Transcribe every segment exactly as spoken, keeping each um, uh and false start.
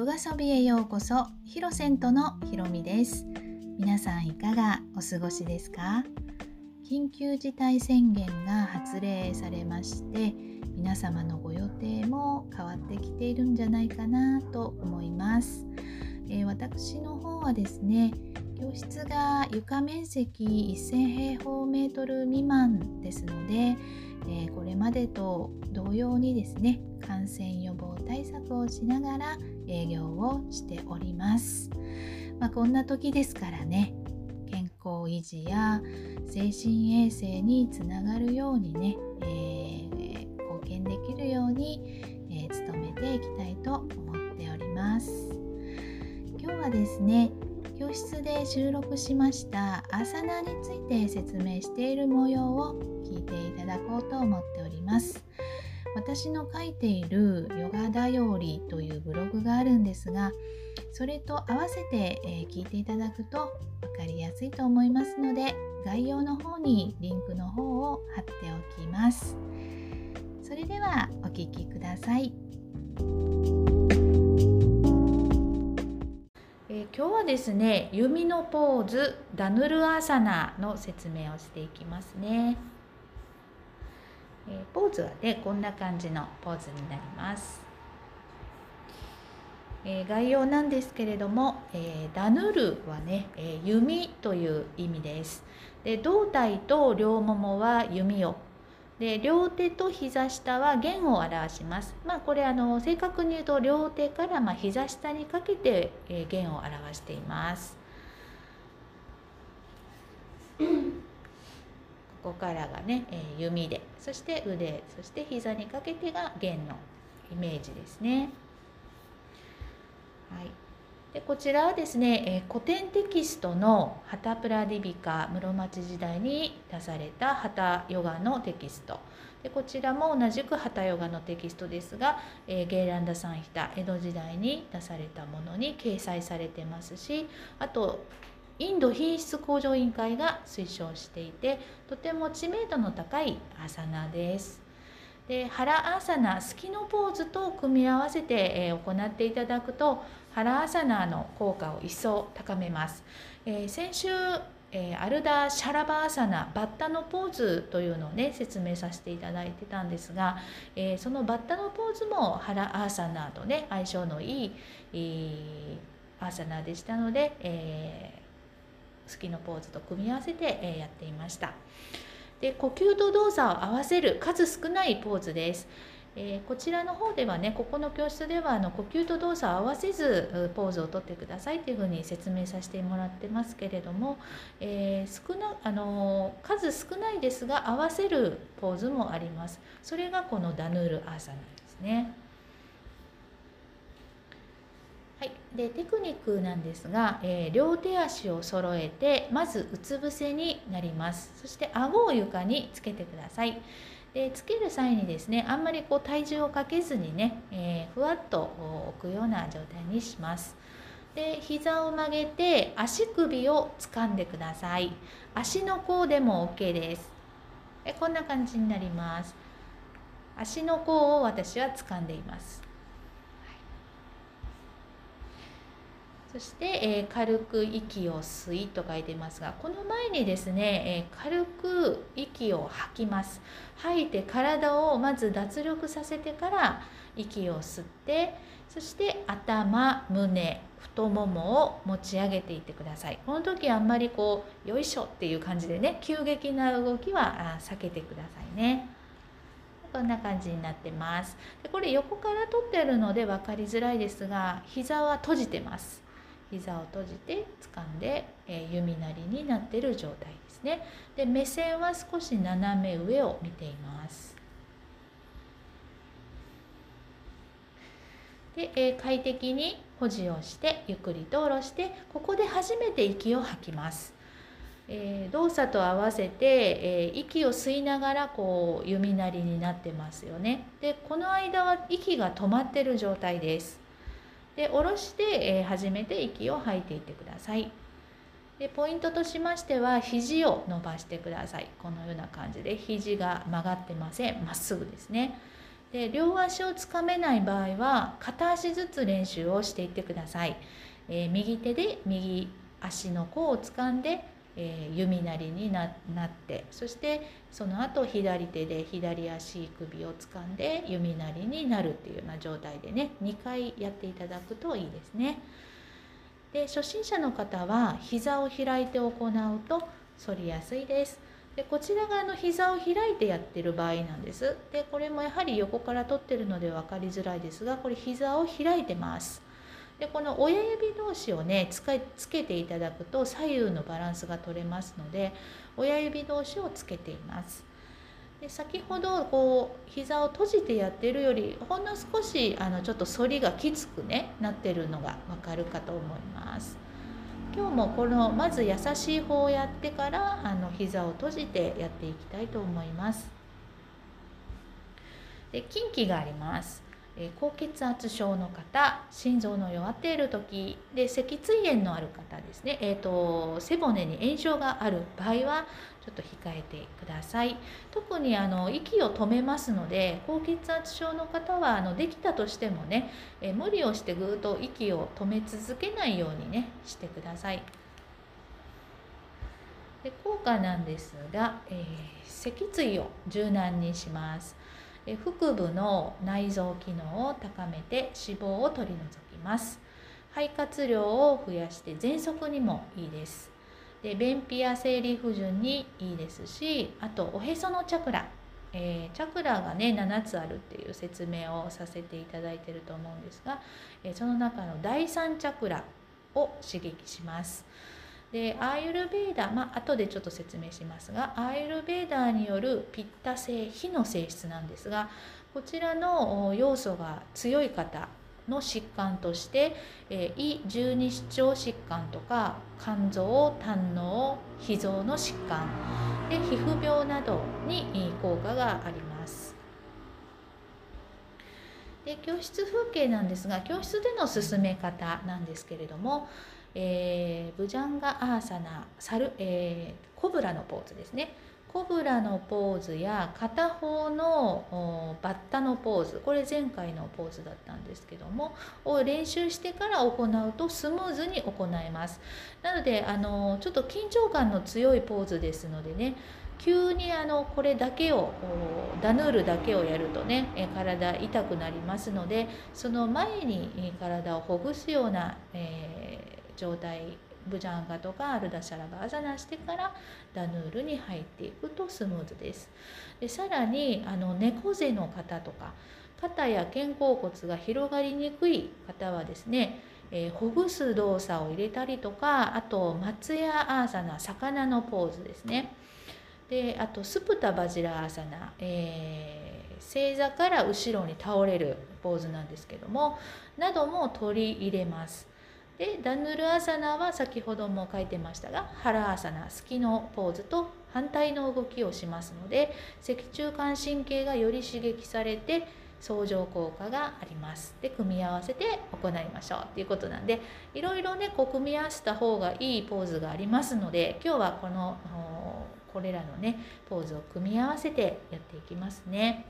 ヨガソビへようこそ。ヒロセントのひろみです。皆さんいかがお過ごしですか？緊急事態宣言が発令されまして、皆様のご予定も変わってきているんじゃないかなと思います。えー、私の方はですね、教室が床面積せん平方メートル未満ですので、えー、これまでと同様にですね、感染予防対策をしながら営業をしております。まあ、こんな時ですからね、健康維持や精神衛生につながるようにね、えー、貢献できるように、えー、努めていきたいと思っております。今日はですね、教室で収録しましたアーサナについて説明している模様を聞いていただこうと思っております。私の書いているヨガだよりというブログがあるんですが、それと合わせて、えー、聞いていただくと分かりやすいと思いますので、概要の方にリンクの方を貼っておきます。それではお聞きください。えー、今日はですね、弓のポーズダヌルアーサナの説明をしていきますね。えー、ポーズはね、こんな感じのポーズになります。えー、概要なんですけれども、えー、ダヌルはね、えー、弓という意味です。で、胴体と両ももは弓を、で両手と膝下は弦を表します。まあこれあの正確に言うと両手からまあ膝下にかけて、えー、弦を表しています。ここからがね、えー、弓で、そして腕、そして膝にかけてが弦のイメージですね。はい、でこちらはですね、えー、古典テキストのハタプラディビカ室町時代に出されたハタヨガのテキストで、こちらも同じくハタヨガのテキストですが、えー、ゲーランダサンヒタ江戸時代に出されたものに掲載されてますし、あとインド品質向上委員会が推奨していて、とても知名度の高いアーサナです。でハラアーサナ、スキのポーズと組み合わせて、えー、行っていただくとハラアーサナの効果を一層高めます。えー、先週、えー、アルダ・シャラバーサナ、バッタのポーズというのをね説明させていただいてたんですが、えー、そのバッタのポーズもハラアーサナとね相性のいい、えー、アーサナでしたので、えー好きのポーズと組み合わせて、えー、やっていました。で呼吸と動作を合わせる数少ないポーズです。えー、こちらの方ではね、ここの教室ではあの呼吸と動作を合わせずポーズをとってくださいというふうに説明させてもらってますけれども、えー、少なあの数少ないですが合わせるポーズもあります。それがこのダヌールアーサナですね。はい、でテクニックなんですが、えー、両手足を揃えてまずうつ伏せになります。そして顎を床につけてください。でつける際にですね、あんまりこう体重をかけずにね、えー、ふわっと置くような状態にします。で膝を曲げて足首を掴んでください。足の甲でも OK です。えこんな感じになります。足の甲を私は掴んでいます。そして、えー、軽く息を吸いと書いてますが、この前にですね、えー、軽く息を吐きます。吐いて体をまず脱力させてから息を吸って、そして頭、胸、太ももを持ち上げていってください。この時あんまりこうよいしょっていう感じでね、急激な動きは避けてくださいね。こんな感じになってます。でこれ横から撮ってあるので分かりづらいですが、膝は閉じてます。膝を閉じて掴んで、えー、弓なりになっている状態ですね。で目線は少し斜め上を見ています。で、えー、快適に保持をしてゆっくりと下ろして、ここで初めて息を吐きます。えー、動作と合わせて、えー、息を吸いながらこう弓なりになってますよね。でこの間は息が止まっている状態です。で下ろして、えー、初めて息を吐いていってください。でポイントとしましては、肘を伸ばしてください。このような感じで肘が曲がってません。まっすぐですね。 で両足をつかめない場合は片足ずつ練習をしていってください。えー、右手で右足の甲を掴んで、えー、弓なりに な, なってそしてその後左手で左足首を掴んで弓なりになるっていうような状態でねにかいやっていただくといいですね。で初心者の方は膝を開いて行うと反りやすいです。でこちら側の膝を開いてやってる場合なんです。でこれもやはり横から撮ってるので分かりづらいですが、これ膝を開いてます。でこの親指同士をねつけ、つけていただくと左右のバランスが取れますので、親指同士をつけています。で先ほどこう膝を閉じてやってるよりほんの少しあのちょっと反りがきつくねなってるのが分かるかと思います。今日もこのまず優しい方をやってからあの膝を閉じてやっていきたいと思います。で近畿があります。え高血圧症の方、心臓の弱っている時で脊椎炎のある方ですね、えーと、背骨に炎症がある場合はちょっと控えてください。特にあの息を止めますので、高血圧症の方はあのできたとしてもね、え無理をしてぐーっと息を止め続けないようにねしてください。で効果なんですが、えー、脊椎を柔軟にします。腹部の内臓機能を高めて脂肪を取り除きます。肺活量を増やして喘息にもいいです。で便秘や生理不順にいいですし、あとおへそのチャクラ、えー、チャクラがねななつあるっていう説明をさせていただいていると思うんですが、えー、その中のだいさんチャクラを刺激します。でアーユルベーダ、まあ後でちょっと説明しますが、アーユルベーダによるピッタ性、火の性質なんですが、こちらの要素が強い方の疾患として、えー、胃十二指腸疾患とか肝臓、胆のう、脾臓の疾患で皮膚病などに効果があります。で教室風景なんですが、教室での進め方なんですけれども、えー、ブジャンガアーサナ、サル、えー、コブラのポーズですね。コブラのポーズや片方のバッタのポーズ、これ前回のポーズだったんですけどもを練習してから行うとスムーズに行えます。なのであのちょっと緊張感の強いポーズですのでね、急にあのこれだけをダヌールだけをやるとね体痛くなりますので、その前に体をほぐすような、えー状態、ブジャンガとかアルダシャラバーザナしてからダヌールに入っていくとスムーズです。でさらにあの猫背の方とか肩や肩甲骨が広がりにくい方はですね、えー、ほぐす動作を入れたりとか、あと松屋アーサナ、魚のポーズですね。であとスプタバジラアーサナ、えー、正座から後ろに倒れるポーズなんですけどもなども取り入れます。でダヌルアサナは先ほども書いてましたが、ハラアサナ、スキのポーズと反対の動きをしますので、脊柱管神経がより刺激されて相乗効果があります。で組み合わせて行いましょうということなんで、いろいろねこう組み合わせた方がいいポーズがありますので、今日はこのこれらのねポーズを組み合わせてやっていきますね。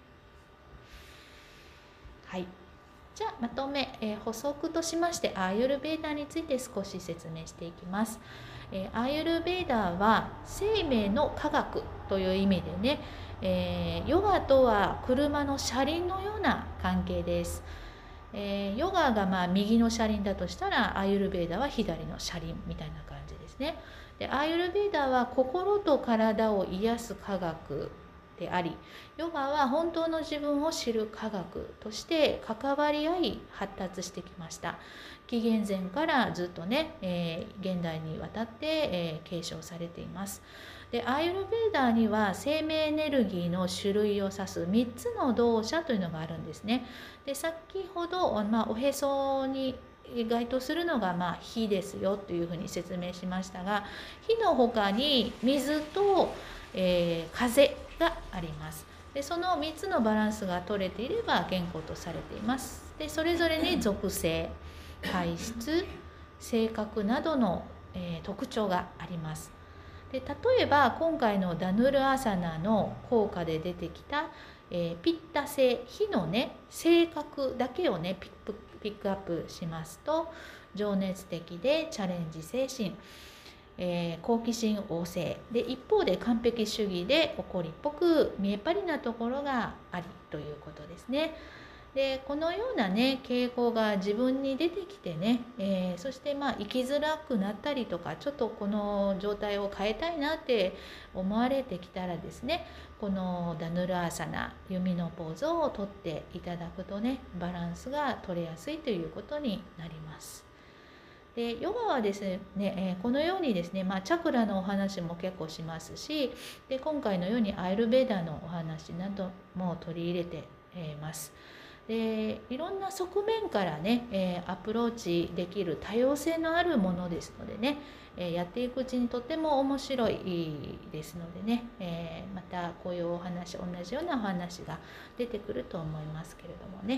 はい。じゃあまとめ、えー、補足としましてアーユルベーダについて少し説明していきます。えー、アーユルベーダは生命の科学という意味でね、えー、ヨガとは車の車輪のような関係です。えー、ヨガがまあ右の車輪だとしたら、アーユルベーダは左の車輪みたいな感じですね。でアーユルベーダは心と体を癒す科学であり、ヨガは本当の自分を知る科学として関わり合い発達してきました。紀元前からずっとね、えー、現代にわたって、えー、継承されています。でアーユルベーダーには生命エネルギーの種類を指すみっつの動作というのがあるんですね。で先ほど、まあ、おへそに該当するのがまあ火ですよというふうに説明しましたが、火の他に水と、えー、風があります。でそのみっつのバランスが取れていれば健康とされています。でそれぞれに属性、体質、性格などの、えー、特徴があります。 で例えば今回のダヌルアサナの効果で出てきた、えー、ピッタ性、火のね性格だけをねピック、ピックアップしますと、情熱的でチャレンジ精神、えー、好奇心旺盛で、一方で完璧主義で怒りっぽく見えっ張りなところがありということですね。でこのようなね傾向が自分に出てきてね、えー、そしてまあ生きづらくなったりとか、ちょっとこの状態を変えたいなって思われてきたらですね、このダヌルアーサナ、弓のポーズをとっていただくとね、バランスが取れやすいということになります。でヨガはですね、えー、このようにですね、まあ、チャクラのお話も結構しますし、で今回のようにアイルベーダのお話なども取り入れています。でいろんな側面からね、えー、アプローチできる多様性のあるものですのでね、えー、やっていくうちにとても面白いですのでね、えー、またこういうお話、同じようなお話が出てくると思いますけれどもね。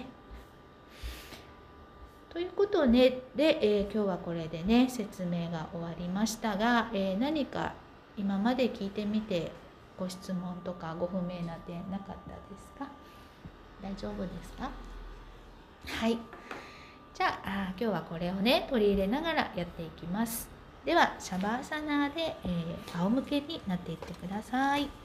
ということで、ねでえー、今日はこれでね説明が終わりましたが、えー、何か今まで聞いてみてご質問とかご不明な点なかったですか？大丈夫ですか？はい。じゃあ、あ今日はこれをね取り入れながらやっていきます。ではシャバーサナーで、えー、仰向けになっていってください。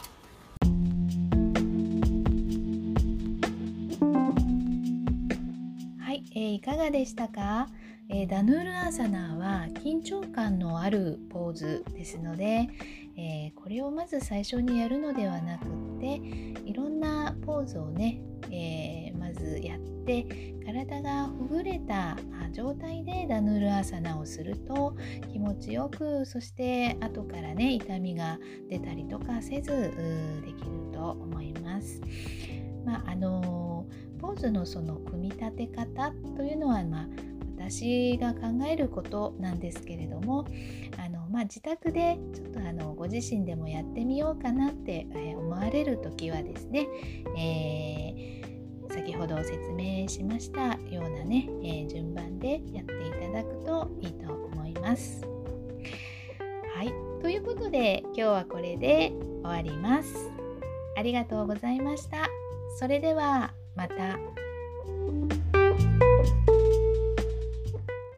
はい、えー、いかがでしたか？えー、ダヌールアーサナーは緊張感のあるポーズですので、えー、これをまず最初にやるのではなくって、いろんなポーズをね、えー、まずやって体がほぐれた状態でダヌールアーサナをすると気持ちよく、そして後からね痛みが出たりとかせずできると思います。まああのポーズのその組み立て方というのは、まあ、私が考えることなんですけれども、あの、まあ、自宅でちょっとあのご自身でもやってみようかなって思われるときはですね、えー、先ほど説明しましたようなね、えー、順番でやっていただくといいと思います。はい、ということで今日はこれで終わります。ありがとうございました。それではまた。